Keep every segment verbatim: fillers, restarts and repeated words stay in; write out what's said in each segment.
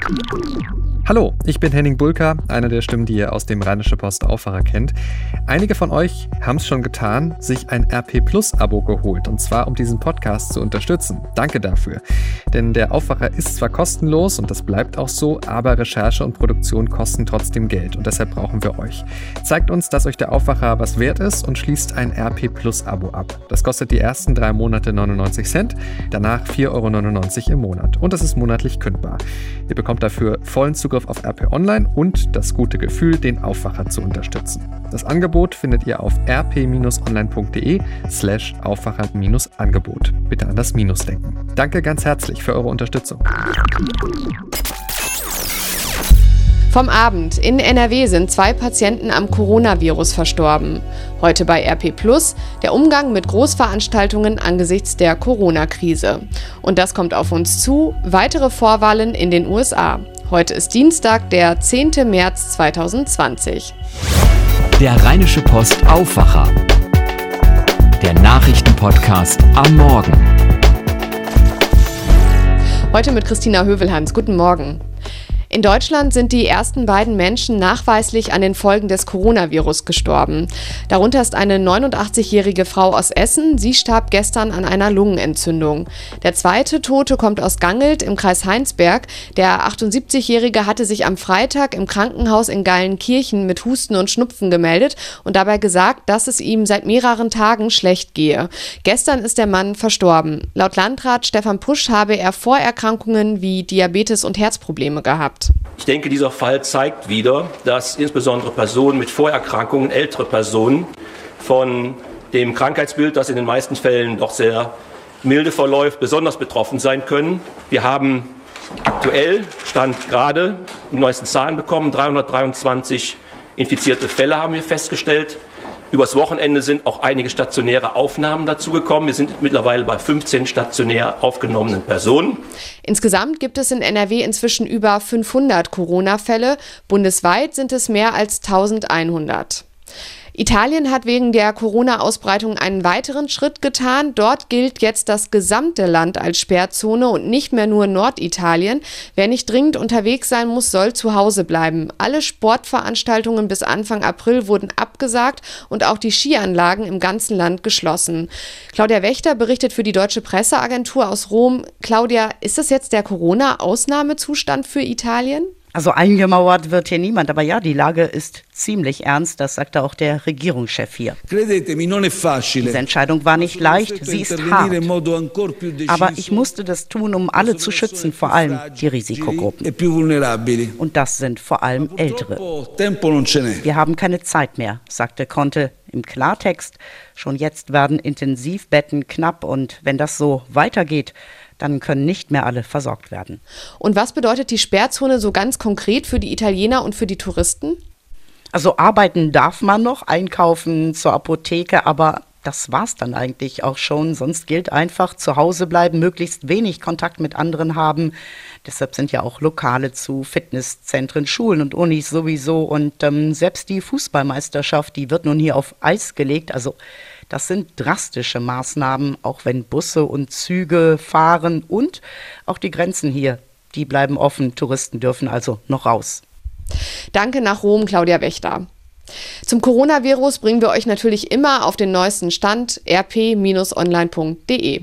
Hallo, ich bin Henning Bulka, einer der Stimmen, die ihr aus dem Rheinische Post Aufwacher kennt. Einige von euch haben es schon getan, sich ein R P Plus Abo geholt, und zwar um diesen Podcast zu unterstützen. Danke dafür. Denn der Aufwacher ist zwar kostenlos und das bleibt auch so, aber Recherche und Produktion kosten trotzdem Geld und deshalb brauchen wir euch. Zeigt uns, dass euch der Aufwacher was wert ist und schließt ein R P Plus Abo ab. Das kostet die ersten drei Monate neunundneunzig Cent, danach vier Euro neunundneunzig im Monat und es ist monatlich kündbar. Ihr bekommt dafür vollen Zugriff auf R P Online und das gute Gefühl, den Aufwacher zu unterstützen. Das Angebot findet ihr auf rp-online.de slash Aufwacher-Angebot. Bitte an das Minus denken. Danke ganz herzlich für eure Unterstützung. Vom Abend. In N R W sind zwei Patienten am Coronavirus verstorben. Heute bei R P Plus der Umgang mit Großveranstaltungen angesichts der Corona-Krise. Und das kommt auf uns zu. Weitere Vorwahlen in den U S A. Heute ist Dienstag, der zehnten März zweitausendzwanzig. Der Rheinische Post Aufwacher. Der Nachrichtenpodcast am Morgen. Heute mit Christina Hövelhans. Guten Morgen. In Deutschland sind die ersten beiden Menschen nachweislich an den Folgen des Coronavirus gestorben. Darunter ist eine neunundachtzigjährige Frau aus Essen. Sie starb gestern an einer Lungenentzündung. Der zweite Tote kommt aus Gangelt im Kreis Heinsberg. Der achtundsiebzigjährige hatte sich am Freitag im Krankenhaus in Geilenkirchen mit Husten und Schnupfen gemeldet und dabei gesagt, dass es ihm seit mehreren Tagen schlecht gehe. Gestern ist der Mann verstorben. Laut Landrat Stefan Pusch habe er Vorerkrankungen wie Diabetes und Herzprobleme gehabt. Ich denke, dieser Fall zeigt wieder, dass insbesondere Personen mit Vorerkrankungen, ältere Personen, von dem Krankheitsbild, das in den meisten Fällen doch sehr milde verläuft, besonders betroffen sein können. Wir haben aktuell, Stand gerade, die neuesten Zahlen bekommen, dreihundertdreiundzwanzig infizierte Fälle haben wir festgestellt. Übers Wochenende sind auch einige stationäre Aufnahmen dazugekommen. Wir sind mittlerweile bei fünfzehn stationär aufgenommenen Personen. Insgesamt gibt es in N R W inzwischen über fünfhundert Corona-Fälle. Bundesweit sind es mehr als eintausendeinhundert. Italien hat wegen der Corona-Ausbreitung einen weiteren Schritt getan. Dort gilt jetzt das gesamte Land als Sperrzone und nicht mehr nur Norditalien. Wer nicht dringend unterwegs sein muss, soll zu Hause bleiben. Alle Sportveranstaltungen bis Anfang April wurden abgesagt und auch die Skianlagen im ganzen Land geschlossen. Claudia Wächter berichtet für die Deutsche Presseagentur aus Rom. Claudia, ist das jetzt der Corona-Ausnahmezustand für Italien? Also eingemauert wird hier niemand, aber ja, die Lage ist ziemlich ernst, das sagte auch der Regierungschef hier. Diese Entscheidung war nicht leicht, sie ist hart, aber ich musste das tun, um alle zu schützen, vor allem die Risikogruppen. Und das sind vor allem Ältere. Wir haben keine Zeit mehr, sagte Conte im Klartext. Schon jetzt werden Intensivbetten knapp und wenn das so weitergeht, dann können nicht mehr alle versorgt werden. Und was bedeutet die Sperrzone so ganz konkret für die Italiener und für die Touristen? Also arbeiten darf man noch, einkaufen, zur Apotheke, aber das war's dann eigentlich auch schon. Sonst gilt einfach zu Hause bleiben, möglichst wenig Kontakt mit anderen haben. Deshalb sind ja auch Lokale zu, Fitnesszentren, Schulen und Unis sowieso. Und ähm, selbst die Fußballmeisterschaft, die wird nun hier auf Eis gelegt. Also das sind drastische Maßnahmen, auch wenn Busse und Züge fahren und auch die Grenzen hier, die bleiben offen. Touristen dürfen also noch raus. Danke nach Rom, Claudia Wächter. Zum Coronavirus bringen wir euch natürlich immer auf den neuesten Stand r p online punkt d e.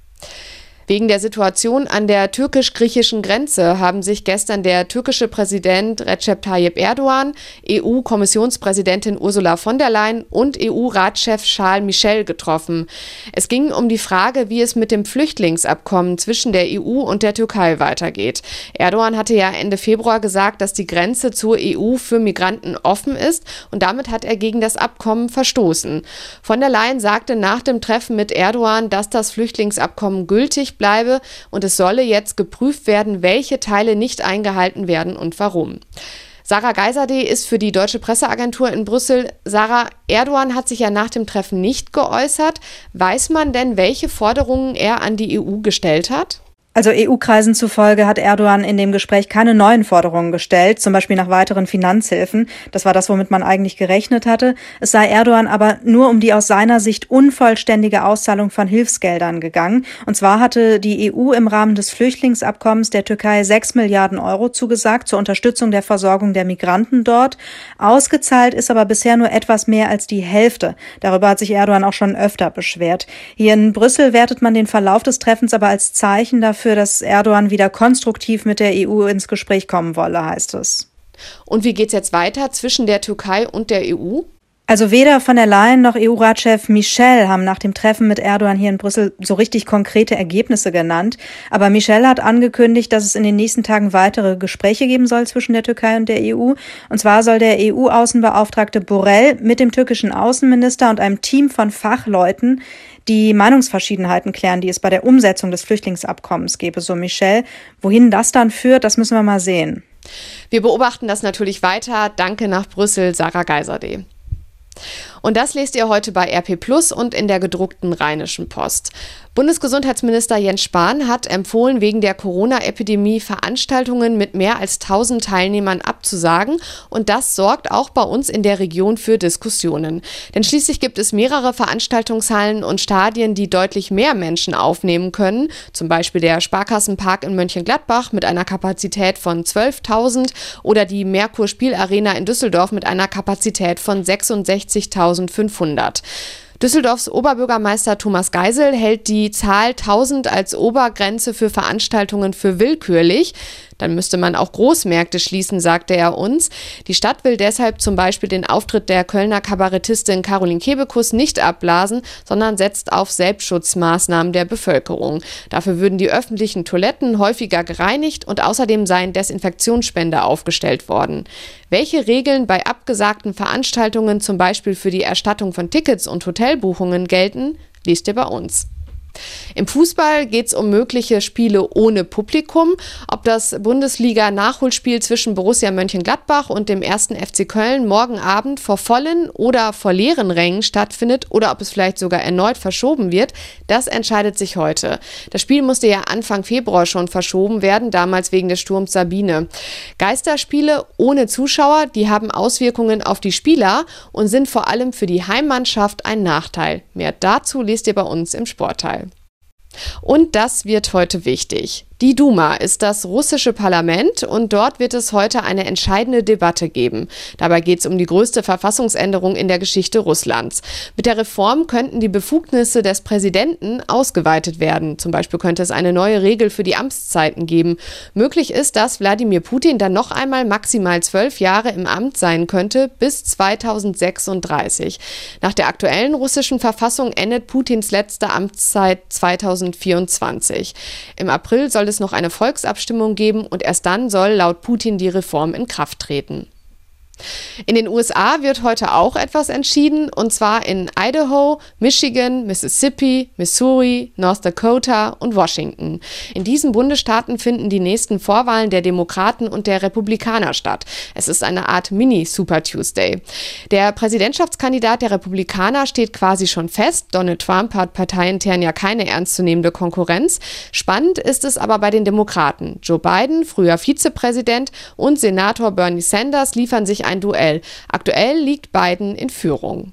Wegen der Situation an der türkisch-griechischen Grenze haben sich gestern der türkische Präsident Recep Tayyip Erdogan, E U-Kommissionspräsidentin Ursula von der Leyen und E U-Ratschef Charles Michel getroffen. Es ging um die Frage, wie es mit dem Flüchtlingsabkommen zwischen der E U und der Türkei weitergeht. Erdogan hatte ja Ende Februar gesagt, dass die Grenze zur E U für Migranten offen ist und damit hat er gegen das Abkommen verstoßen. Von der Leyen sagte nach dem Treffen mit Erdogan, dass das Flüchtlingsabkommen gültig bleibe und es solle jetzt geprüft werden, welche Teile nicht eingehalten werden und warum. Sarah Geiserde ist für die Deutsche Presseagentur in Brüssel. Sarah, Erdogan hat sich ja nach dem Treffen nicht geäußert. Weiß man denn, welche Forderungen er an die E U gestellt hat? Also E U-Kreisen zufolge hat Erdogan in dem Gespräch keine neuen Forderungen gestellt, zum Beispiel nach weiteren Finanzhilfen. Das war das, womit man eigentlich gerechnet hatte. Es sei Erdogan aber nur um die aus seiner Sicht unvollständige Auszahlung von Hilfsgeldern gegangen. Und zwar hatte die E U im Rahmen des Flüchtlingsabkommens der Türkei sechs Milliarden Euro zugesagt zur Unterstützung der Versorgung der Migranten dort. Ausgezahlt ist aber bisher nur etwas mehr als die Hälfte. Darüber hat sich Erdogan auch schon öfter beschwert. Hier in Brüssel wertet man den Verlauf des Treffens aber als Zeichen dafür, für dass Erdogan wieder konstruktiv mit der E U ins Gespräch kommen wolle, heißt es. Und wie geht's jetzt weiter zwischen der Türkei und der E U? Also weder von der Leyen noch E U-Ratschef Michel haben nach dem Treffen mit Erdogan hier in Brüssel so richtig konkrete Ergebnisse genannt. Aber Michel hat angekündigt, dass es in den nächsten Tagen weitere Gespräche geben soll zwischen der Türkei und der E U. Und zwar soll der E U-Außenbeauftragte Borrell mit dem türkischen Außenminister und einem Team von Fachleuten die Meinungsverschiedenheiten klären, die es bei der Umsetzung des Flüchtlingsabkommens gäbe, so Michel. Wohin das dann führt, das müssen wir mal sehen. Wir beobachten das natürlich weiter. Danke nach Brüssel, Sarah Geiserde. Und das lest ihr heute bei R P Plus und in der gedruckten Rheinischen Post. Bundesgesundheitsminister Jens Spahn hat empfohlen, wegen der Corona-Epidemie Veranstaltungen mit mehr als tausend Teilnehmern abzusagen. Und das sorgt auch bei uns in der Region für Diskussionen. Denn schließlich gibt es mehrere Veranstaltungshallen und Stadien, die deutlich mehr Menschen aufnehmen können. Zum Beispiel der Sparkassenpark in Mönchengladbach mit einer Kapazität von zwölftausend oder die Merkur Spielarena in Düsseldorf mit einer Kapazität von sechsundsechzigtausendfünfhundert. Düsseldorfs Oberbürgermeister Thomas Geisel hält die Zahl tausend als Obergrenze für Veranstaltungen für willkürlich. Dann müsste man auch Großmärkte schließen, sagte er uns. Die Stadt will deshalb zum Beispiel den Auftritt der Kölner Kabarettistin Caroline Kebekus nicht abblasen, sondern setzt auf Selbstschutzmaßnahmen der Bevölkerung. Dafür würden die öffentlichen Toiletten häufiger gereinigt und außerdem seien Desinfektionsspender aufgestellt worden. Welche Regeln bei abgesagten Veranstaltungen, zum Beispiel für die Erstattung von Tickets und Hotelbuchungen, gelten, liest ihr bei uns. Im Fußball geht es um mögliche Spiele ohne Publikum. Ob das Bundesliga-Nachholspiel zwischen Borussia Mönchengladbach und dem ersten F C Köln morgen Abend vor vollen oder vor leeren Rängen stattfindet oder ob es vielleicht sogar erneut verschoben wird, das entscheidet sich heute. Das Spiel musste ja Anfang Februar schon verschoben werden, damals wegen des Sturms Sabine. Geisterspiele ohne Zuschauer, die haben Auswirkungen auf die Spieler und sind vor allem für die Heimmannschaft ein Nachteil. Mehr dazu lest ihr bei uns im Sportteil. Und das wird heute wichtig. Die Duma ist das russische Parlament und dort wird es heute eine entscheidende Debatte geben. Dabei geht es um die größte Verfassungsänderung in der Geschichte Russlands. Mit der Reform könnten die Befugnisse des Präsidenten ausgeweitet werden. Zum Beispiel könnte es eine neue Regel für die Amtszeiten geben. Möglich ist, dass Wladimir Putin dann noch einmal maximal zwölf Jahre im Amt sein könnte, bis zweitausendsechsunddreißig. Nach der aktuellen russischen Verfassung endet Putins letzte Amtszeit zweitausendvierundzwanzig. Im April soll es noch eine Volksabstimmung geben und erst dann soll laut Putin die Reform in Kraft treten. In den U S A wird heute auch etwas entschieden, und zwar in Idaho, Michigan, Mississippi, Missouri, North Dakota und Washington. In diesen Bundesstaaten finden die nächsten Vorwahlen der Demokraten und der Republikaner statt. Es ist eine Art Mini-Super Tuesday. Der Präsidentschaftskandidat der Republikaner steht quasi schon fest. Donald Trump hat parteiintern ja keine ernstzunehmende Konkurrenz. Spannend ist es aber bei den Demokraten. Joe Biden, früher Vizepräsident, und Senator Bernie Sanders liefern sich ein Duell. Aktuell liegt Biden in Führung.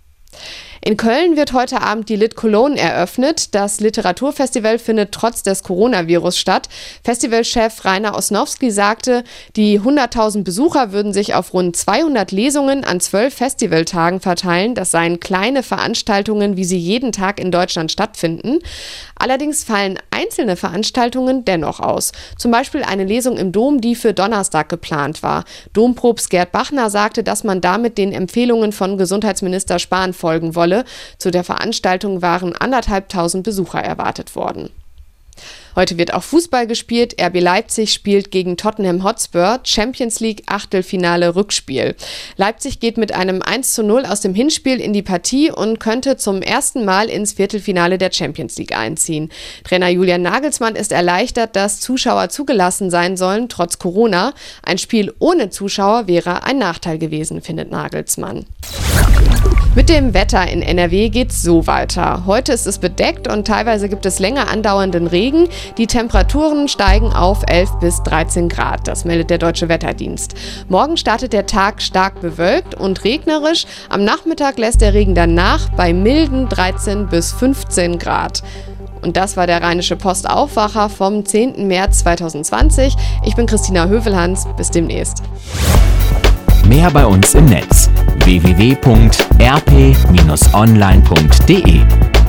In Köln wird heute Abend die Lit Cologne eröffnet. Das Literaturfestival findet trotz des Coronavirus statt. Festivalchef Rainer Osnowski sagte, die hunderttausend Besucher würden sich auf rund zweihundert Lesungen an zwölf Festivaltagen verteilen. Das seien kleine Veranstaltungen, wie sie jeden Tag in Deutschland stattfinden. Allerdings fallen einzelne Veranstaltungen dennoch aus. Zum Beispiel eine Lesung im Dom, die für Donnerstag geplant war. Dompropst Gerd Bachner sagte, dass man damit den Empfehlungen von Gesundheitsminister Spahn folgen wolle. Zu der Veranstaltung waren anderthalbtausend Besucher erwartet worden. Heute wird auch Fußball gespielt. R B Leipzig spielt gegen Tottenham Hotspur, Champions League Achtelfinale Rückspiel. Leipzig geht mit einem eins zu null aus dem Hinspiel in die Partie und könnte zum ersten Mal ins Viertelfinale der Champions League einziehen. Trainer Julian Nagelsmann ist erleichtert, dass Zuschauer zugelassen sein sollen, trotz Corona. Ein Spiel ohne Zuschauer wäre ein Nachteil gewesen, findet Nagelsmann. Mit dem Wetter in N R W geht's so weiter. Heute ist es bedeckt und teilweise gibt es länger andauernden Regen. Die Temperaturen steigen auf elf bis dreizehn Grad. Das meldet der Deutsche Wetterdienst. Morgen startet der Tag stark bewölkt und regnerisch. Am Nachmittag lässt der Regen dann nach bei milden dreizehn bis fünfzehn Grad. Und das war der Rheinische Post Aufwacher vom zehnten März zweitausendzwanzig. Ich bin Christina Hövelhans. Bis demnächst. Mehr bei uns im Netz: w w w punkt r p Bindestrich online punkt d e